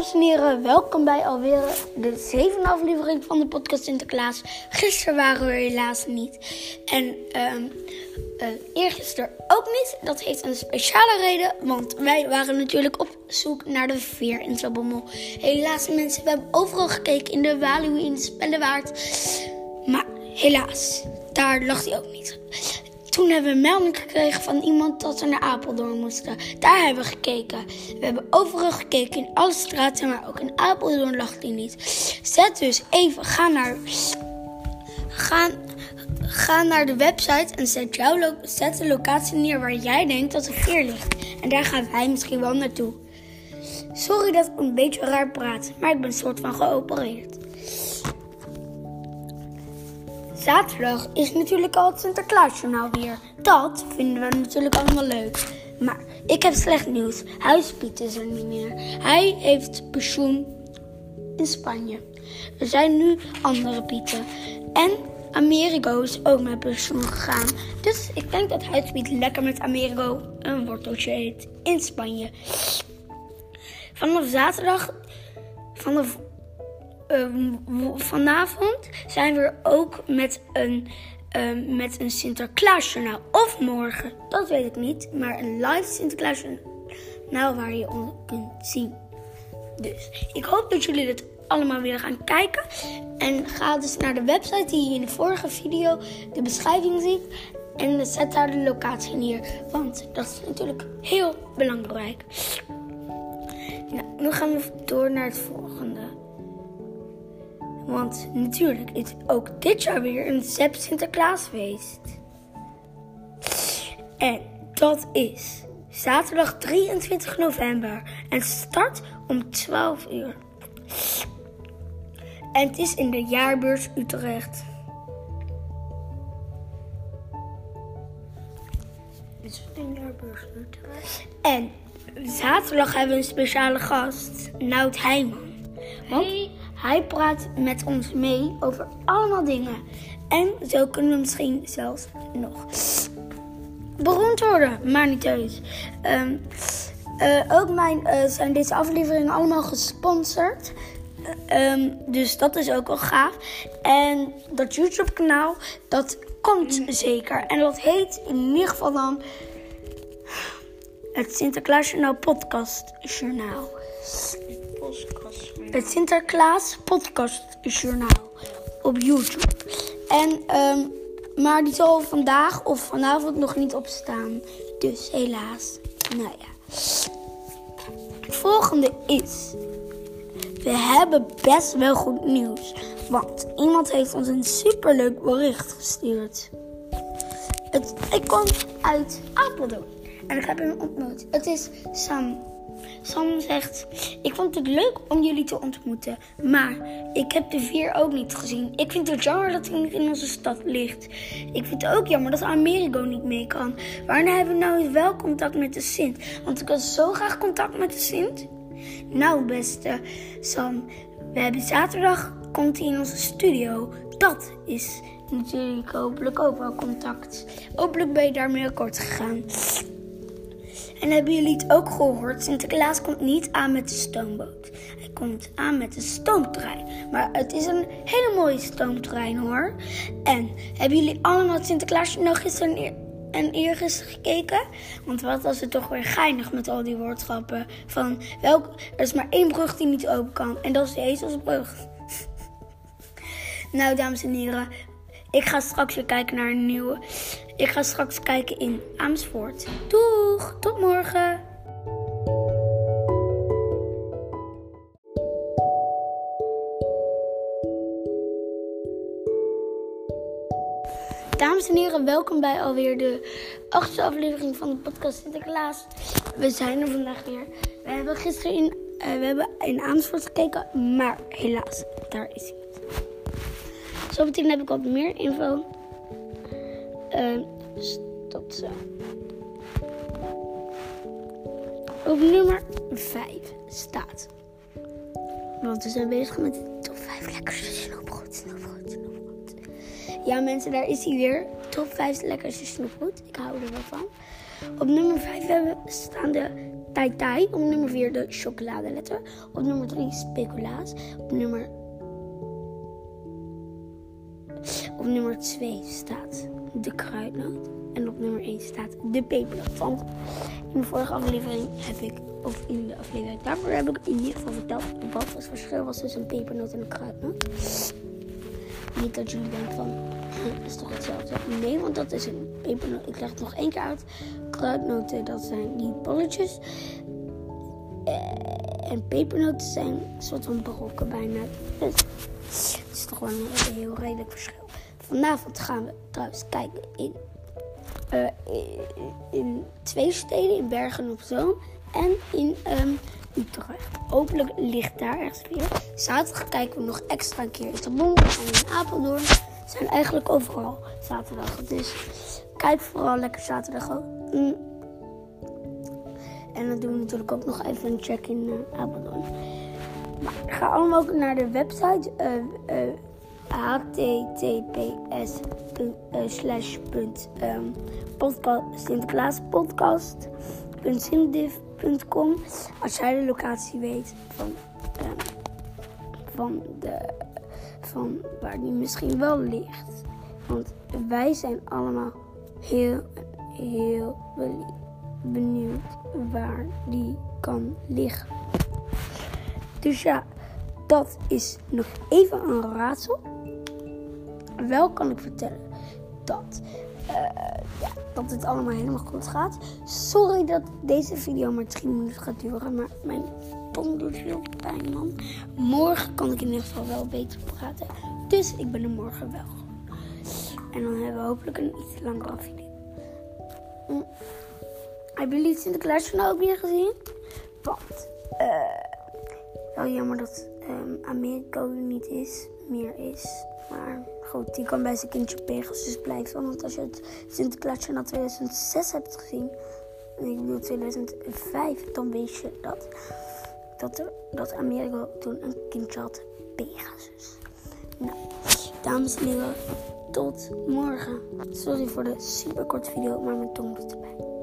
Dames en heren, welkom bij alweer de 7e aflevering van de podcast Sinterklaas. Gisteren waren we helaas niet. En eergisteren ook niet. Dat heeft een speciale reden, want wij waren natuurlijk op zoek naar de veer in Zaltbommel. Helaas mensen, we hebben overal gekeken in de Walibi, in de Spellewaard. Maar helaas, daar lag hij ook niet. Toen hebben we een melding gekregen van iemand dat we naar Apeldoorn moesten. Daar hebben we gekeken. We hebben overal gekeken in alle straten, maar ook in Apeldoorn lag die niet. Zet dus even, ga naar de website en zet de locatie neer waar jij denkt dat de veer ligt. En daar gaan wij misschien wel naartoe. Sorry dat ik een beetje raar praat, maar ik ben een soort van geopereerd. Zaterdag is natuurlijk al het Sinterklaasjournaal weer. Dat vinden we natuurlijk allemaal leuk. Maar ik heb slecht nieuws. Huispiet is er niet meer. Hij heeft pensioen in Spanje. Er zijn nu andere Pieten. En Amerigo is ook met pensioen gegaan. Dus ik denk dat Huispiet lekker met Amerigo een worteltje eet in Spanje. Vanaf zaterdag, vanavond zijn we ook met een Sinterklaasjournaal. Of morgen, dat weet ik niet. Maar een live Sinterklaasjournaal waar je onder kunt zien. Dus ik hoop dat jullie dit allemaal weer gaan kijken. En ga dus naar de website die je in de vorige video de beschrijving ziet. En zet daar de locatie neer. Want dat is natuurlijk heel belangrijk. Nou, nu gaan we door naar het volgende. Want natuurlijk is ook dit jaar weer een Sepp Sinterklaasfeest. En dat is zaterdag 23 november. En start om 12 uur. En het is in de Jaarbeurs Utrecht. Is het een Jaarbeurs Utrecht? En zaterdag hebben we een speciale gast, Nout Heijman. Want hij praat met ons mee over allemaal dingen. En zo kunnen we misschien zelfs nog beroemd worden, maar niet uit. Ook zijn deze afleveringen allemaal gesponsord. Dus dat is ook wel gaaf. En dat YouTube kanaal, dat komt zeker. En dat heet in ieder geval dan het Sinterklaasjournaal podcastjournaal. Het Sinterklaas podcastjournaal op YouTube. Maar die zal vandaag of vanavond nog niet opstaan. Dus helaas. Nou ja. Het volgende is: we hebben best wel goed nieuws. Want iemand heeft ons een superleuk bericht gestuurd. Ik kom uit Apeldoorn. En ik heb hem ontmoet. Het is Sam. Sam zegt: ik vond het leuk om jullie te ontmoeten. Maar ik heb de veer ook niet gezien. Ik vind het jammer dat hij niet in onze stad ligt. Ik vind het ook jammer dat Amerigo niet mee kan. Wanneer hebben we nou wel contact met de Sint? Want ik had zo graag contact met de Sint. Nou beste Sam, we hebben zaterdag, komt hij in onze studio. Dat is natuurlijk hopelijk ook wel contact. Hopelijk ben je daarmee akkoord gegaan. En hebben jullie het ook gehoord? Sinterklaas komt niet aan met de stoomboot. Hij komt aan met de stoomtrein. Maar het is een hele mooie stoomtrein hoor. En hebben jullie allemaal het Sinterklaasjournaal gisteren en eergisteren gekeken? Want wat was het toch weer geinig met al die woordschappen. Er is maar één brug die niet open kan. En dat is de Ezelsbrug. Nou dames en heren. Ik ga straks weer kijken naar een nieuwe. Ik ga straks kijken in Amersfoort. Doeg, tot morgen. Dames en heren, welkom bij alweer de 8e aflevering van de podcast Sinterklaas. We zijn er vandaag weer. We hebben gisteren in Amersfoort gekeken, maar helaas, daar is hij niet. Zometeen heb ik wat meer info. Tot zo. Op nummer 5 staat. Want we zijn bezig met de top 5 lekkerste snoepgoed. Ja mensen, daar is hij weer. top 5 lekkerste snoepgoed. Ik hou er wel van. Op nummer 5 staan de Tai Tai. Op nummer 4 de chocoladeletter. Op nummer 3 speculaas. Op nummer 2 staat de kruidnoot. En op nummer 1 staat de pepernoot. Want in de vorige aflevering daarvoor heb ik in ieder geval verteld wat het verschil was tussen een pepernoot en een kruidnoot. Niet dat jullie denken van, dat is toch hetzelfde? Nee, want dat is een pepernoot. Ik leg het nog 1 keer uit. Kruidnoten, dat zijn die bolletjes. En pepernoten zijn een soort van brokken bijna. Dus het is toch wel een heel redelijk verschil. Vanavond gaan we trouwens kijken in 2 steden. In Bergen op Zoom en in Utrecht. Hopelijk ligt daar ergens weer. Zaterdag kijken we nog extra een keer in Tabon en in Apeldoorn. We zijn eigenlijk overal zaterdag. Dus kijk vooral lekker zaterdag ook. En dan doen we natuurlijk ook nog even een check in Apeldoorn. Maar ga allemaal ook naar de website https://sinterklaaspodcast.sinterdiv.com als jij de locatie weet van waar die misschien wel ligt. Want wij zijn allemaal heel benieuwd waar die kan liggen. Dus ja, dat is nog even een raadsel. Wel kan ik vertellen dat het allemaal helemaal goed gaat. Sorry dat deze video maar 3 minuten gaat duren, maar mijn tong doet veel pijn, man. Morgen kan ik in ieder geval wel beter praten. Dus ik ben er morgen wel. En dan hebben we hopelijk een iets langere video. Hebben jullie het Sinterklaasje nou ook weer gezien? Want wel jammer dat Amerika er niet meer is. Maar goed, die kan bij zijn kindje Pegasus blijven. Want als je het Sinterklaasje na 2006 hebt gezien, en ik bedoel 2005, dan weet je dat Amerika toen een kindje had, Pegasus. Nou, dames en heren, tot morgen. Sorry voor de superkorte video, maar mijn tong doet erbij.